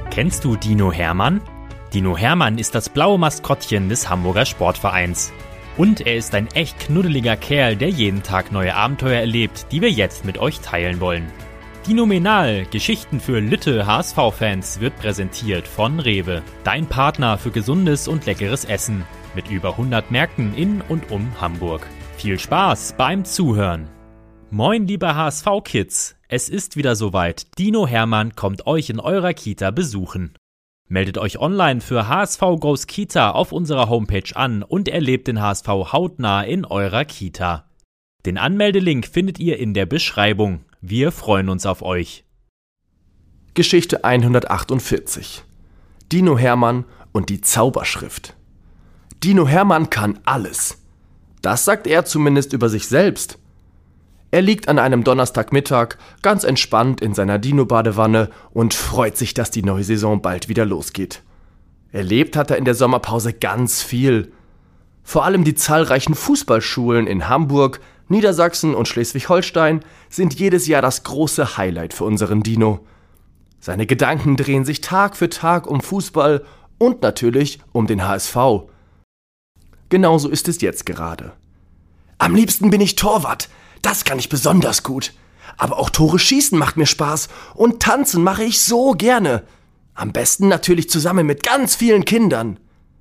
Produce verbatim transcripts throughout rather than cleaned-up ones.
Kennst du Dino Hermann? Dino Hermann ist das blaue Maskottchen des Hamburger Sportvereins. Und er ist ein echt knuddeliger Kerl, der jeden Tag neue Abenteuer erlebt, die wir jetzt mit euch teilen wollen. Dinomenal, Geschichten für Lütte H S V-Fans, wird präsentiert von Rewe. Dein Partner für gesundes und leckeres Essen. Mit über hundert Märkten in und um Hamburg. Viel Spaß beim Zuhören. Moin liebe H S V-Kids, es ist wieder soweit. Dino Hermann kommt euch in eurer Kita besuchen. Meldet euch online für H S V Goes Kita auf unserer Homepage an und erlebt den H S V hautnah in eurer Kita. Den Anmeldelink findet ihr in der Beschreibung. Wir freuen uns auf euch. Geschichte hundertachtundvierzig. Dino Hermann und die Zauberschrift. Dino Hermann kann alles. Das sagt er zumindest über sich selbst. Er liegt an einem Donnerstagmittag ganz entspannt in seiner Dino-Badewanne und freut sich, dass die neue Saison bald wieder losgeht. Erlebt hat er in der Sommerpause ganz viel. Vor allem die zahlreichen Fußballschulen in Hamburg, Niedersachsen und Schleswig-Holstein sind jedes Jahr das große Highlight für unseren Dino. Seine Gedanken drehen sich Tag für Tag um Fußball und natürlich um den H S V. Genauso ist es jetzt gerade. Am liebsten bin ich Torwart. Das kann ich besonders gut. Aber auch Tore schießen macht mir Spaß und tanzen mache ich so gerne. Am besten natürlich zusammen mit ganz vielen Kindern.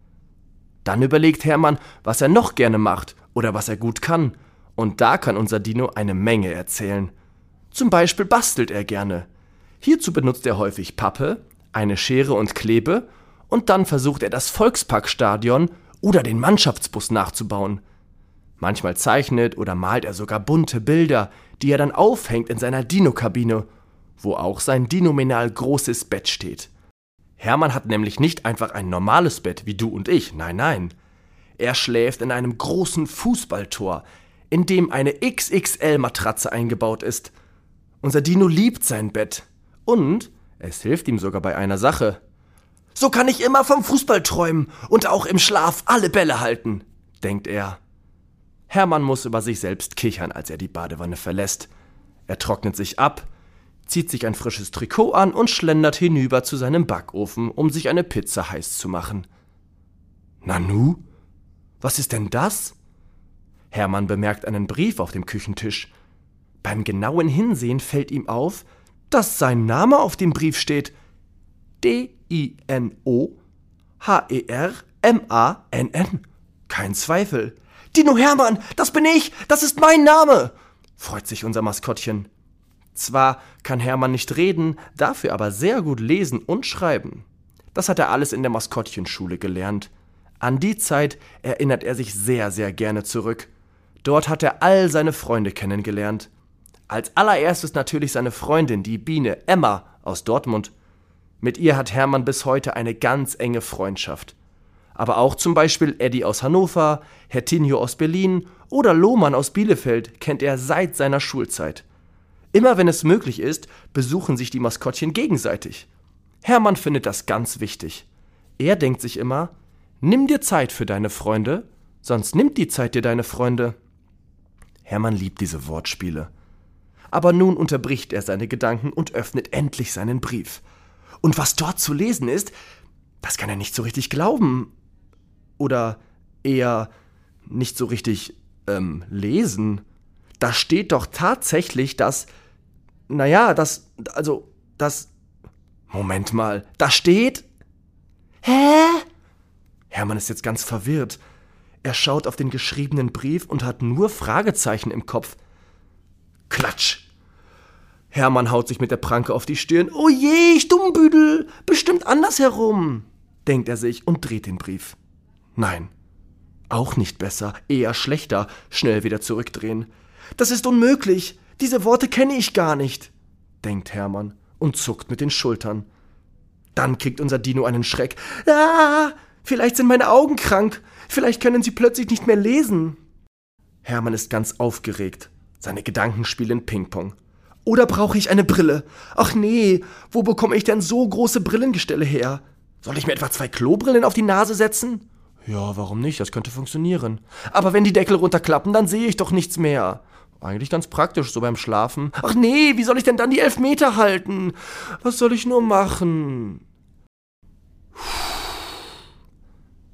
Dann überlegt Hermann, was er noch gerne macht oder was er gut kann. Und da kann unser Dino eine Menge erzählen. Zum Beispiel bastelt er gerne. Hierzu benutzt er häufig Pappe, eine Schere und Klebe und dann versucht er das Volksparkstadion oder den Mannschaftsbus nachzubauen. Manchmal zeichnet oder malt er sogar bunte Bilder, die er dann aufhängt in seiner Dino-Kabine, wo auch sein dinominal großes Bett steht. Hermann hat nämlich nicht einfach ein normales Bett wie du und ich, nein, nein. Er schläft in einem großen Fußballtor, in dem eine X X L-Matratze eingebaut ist. Unser Dino liebt sein Bett und es hilft ihm sogar bei einer Sache. So kann ich immer vom Fußball träumen und auch im Schlaf alle Bälle halten, denkt er. Hermann muss über sich selbst kichern, als er die Badewanne verlässt. Er trocknet sich ab, zieht sich ein frisches Trikot an und schlendert hinüber zu seinem Backofen, um sich eine Pizza heiß zu machen. Nanu? Was ist denn das? Hermann bemerkt einen Brief auf dem Küchentisch. Beim genauen Hinsehen fällt ihm auf, dass sein Name auf dem Brief steht. D I N O H E R M A N N. Kein Zweifel. Dino Hermann, das bin ich, das ist mein Name, freut sich unser Maskottchen. Zwar kann Hermann nicht reden, dafür aber sehr gut lesen und schreiben. Das hat er alles in der Maskottchenschule gelernt. An die Zeit erinnert er sich sehr, sehr gerne zurück. Dort hat er all seine Freunde kennengelernt. Als allererstes natürlich seine Freundin, die Biene Emma aus Dortmund. Mit ihr hat Hermann bis heute eine ganz enge Freundschaft. Aber auch zum Beispiel Eddie aus Hannover, Hertinho aus Berlin oder Lohmann aus Bielefeld kennt er seit seiner Schulzeit. Immer wenn es möglich ist, besuchen sich die Maskottchen gegenseitig. Hermann findet das ganz wichtig. Er denkt sich immer, nimm dir Zeit für deine Freunde, sonst nimmt die Zeit dir deine Freunde. Hermann liebt diese Wortspiele. Aber nun unterbricht er seine Gedanken und öffnet endlich seinen Brief. Und was dort zu lesen ist, das kann er nicht so richtig glauben. Oder eher nicht so richtig ähm, lesen. Da steht doch tatsächlich, dass, naja, das, also, das, Moment mal, da steht, hä? Hermann ist jetzt ganz verwirrt. Er schaut auf den geschriebenen Brief und hat nur Fragezeichen im Kopf. Klatsch! Hermann haut sich mit der Pranke auf die Stirn. Oh je, ich Dummbüdel, bestimmt andersherum, denkt er sich und dreht den Brief. Nein, auch nicht besser, eher schlechter, schnell wieder zurückdrehen. Das ist unmöglich, diese Worte kenne ich gar nicht, denkt Hermann und zuckt mit den Schultern. Dann kriegt unser Dino einen Schreck. Ah, vielleicht sind meine Augen krank, vielleicht können sie plötzlich nicht mehr lesen. Hermann ist ganz aufgeregt, seine Gedanken spielen Ping-Pong. Oder brauche ich eine Brille? Ach nee, wo bekomme ich denn so große Brillengestelle her? Soll ich mir etwa zwei Klobrillen auf die Nase setzen? Ja, warum nicht? Das könnte funktionieren. Aber wenn die Deckel runterklappen, dann sehe ich doch nichts mehr. Eigentlich ganz praktisch, so beim Schlafen. Ach nee, wie soll ich denn dann die Elfmeter halten? Was soll ich nur machen?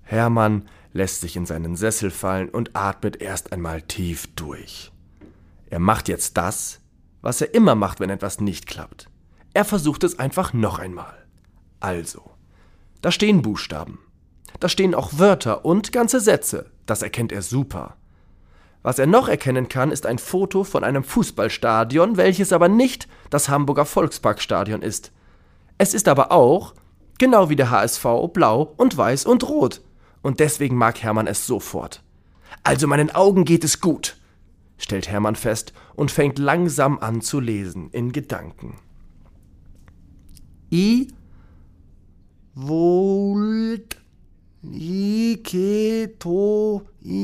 Hermann lässt sich in seinen Sessel fallen und atmet erst einmal tief durch. Er macht jetzt das, was er immer macht, wenn etwas nicht klappt. Er versucht es einfach noch einmal. Also, da stehen Buchstaben. Da stehen auch Wörter und ganze Sätze. Das erkennt er super. Was er noch erkennen kann, ist ein Foto von einem Fußballstadion, welches aber nicht das Hamburger Volksparkstadion ist. Es ist aber auch, genau wie der H S V, blau und weiß und rot. Und deswegen mag Hermann es sofort. Also meinen Augen geht es gut, stellt Hermann fest und fängt langsam an zu lesen, in Gedanken. I volt iketo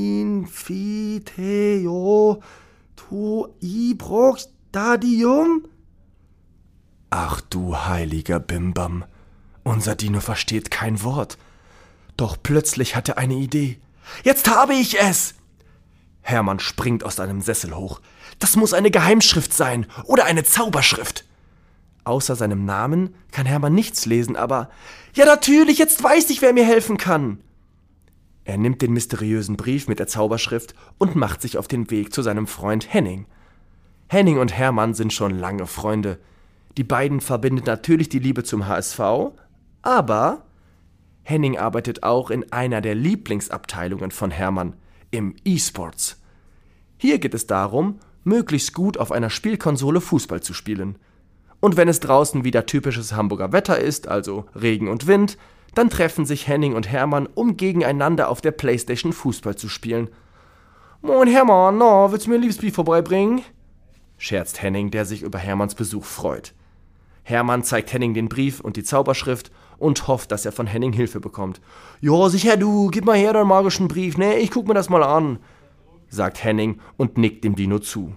infiteo to ibroxstadium? Ach du heiliger Bimbam, unser Dino versteht kein Wort. Doch plötzlich hat er eine Idee. Jetzt habe ich es! Hermann springt aus seinem Sessel hoch. Das muss eine Geheimschrift sein oder eine Zauberschrift. Außer seinem Namen kann Hermann nichts lesen, aber ja natürlich, jetzt weiß ich, wer mir helfen kann. Er nimmt den mysteriösen Brief mit der Zauberschrift und macht sich auf den Weg zu seinem Freund Henning. Henning und Hermann sind schon lange Freunde. Die beiden verbindet natürlich die Liebe zum H S V, aber Henning arbeitet auch in einer der Lieblingsabteilungen von Hermann, im E-Sports. Hier geht es darum, möglichst gut auf einer Spielkonsole Fußball zu spielen. Und wenn es draußen wieder typisches Hamburger Wetter ist, also Regen und Wind, dann treffen sich Henning und Hermann, um gegeneinander auf der Playstation Fußball zu spielen. Moin Hermann, na, willst du mir ein Liebesbrief vorbeibringen? Scherzt Henning, der sich über Hermanns Besuch freut. Hermann zeigt Henning den Brief und die Zauberschrift und hofft, dass er von Henning Hilfe bekommt. Jo, sicher du, gib mal her deinen magischen Brief, ne, ich guck mir das mal an, sagt Henning und nickt dem Dino zu.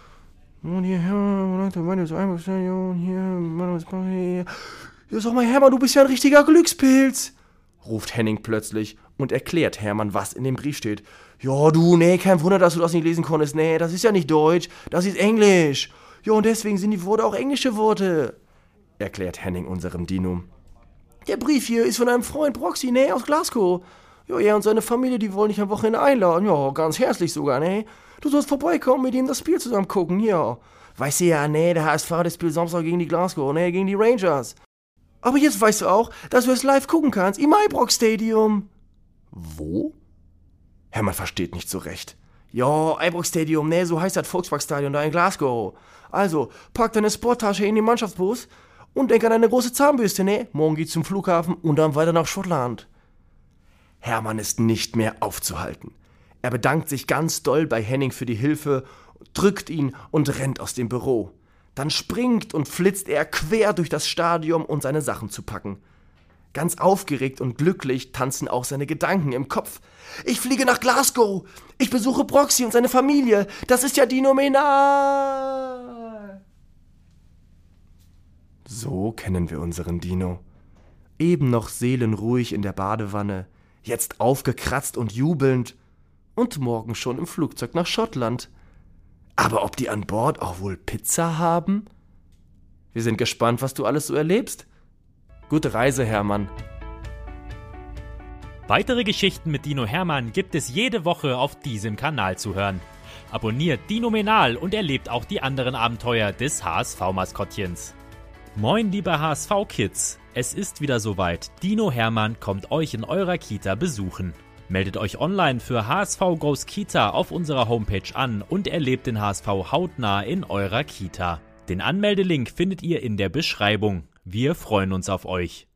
Ja, sag mal, Hermann, du bist ja ein richtiger Glückspilz, ruft Henning plötzlich und erklärt Hermann, was in dem Brief steht. Ja, du, nee, kein Wunder, dass du das nicht lesen konntest. Nee, das ist ja nicht Deutsch, das ist Englisch. Ja, und deswegen sind die Worte auch englische Worte, erklärt Henning unserem Dino. Der Brief hier ist von einem Freund Broxy, ne, aus Glasgow. Ja, er und seine Familie, die wollen dich am Wochenende einladen. Ja, ganz herzlich sogar, ne. Du sollst vorbeikommen, mit ihm das Spiel zusammen gucken, ja. Weißt du ja, ne, der H S V, das Spiel Samstag gegen die Glasgow, ne, gegen die Rangers. Aber jetzt weißt du auch, dass du es live gucken kannst, im Ibrox Stadium. Wo? Hermann versteht nicht so recht. Ja, Ibrox Stadium, ne, so heißt das Volksparkstadion da in Glasgow. Also, pack deine Sporttasche in den Mannschaftsbus und denk an eine große Zahnbürste, ne? Morgen geht's zum Flughafen und dann weiter nach Schottland. Hermann ist nicht mehr aufzuhalten. Er bedankt sich ganz doll bei Henning für die Hilfe, drückt ihn und rennt aus dem Büro. Dann springt und flitzt er quer durch das Stadion, um seine Sachen zu packen. Ganz aufgeregt und glücklich tanzen auch seine Gedanken im Kopf. Ich fliege nach Glasgow. Ich besuche Broxy und seine Familie. Das ist ja phänomenal. So kennen wir unseren Dino. Eben noch seelenruhig in der Badewanne, jetzt aufgekratzt und jubelnd und morgen schon im Flugzeug nach Schottland. Aber ob die an Bord auch wohl Pizza haben? Wir sind gespannt, was du alles so erlebst. Gute Reise, Hermann. Weitere Geschichten mit Dino Hermann gibt es jede Woche auf diesem Kanal zu hören. Abonniert Dinomenal und erlebt auch die anderen Abenteuer des H S V-Maskottchens. Moin, liebe H S V-Kids. Es ist wieder soweit. Dino Hermann kommt euch in eurer Kita besuchen. Meldet euch online für H S V Goes Kita auf unserer Homepage an und erlebt den H S V hautnah in eurer Kita. Den Anmeldelink findet ihr in der Beschreibung. Wir freuen uns auf euch.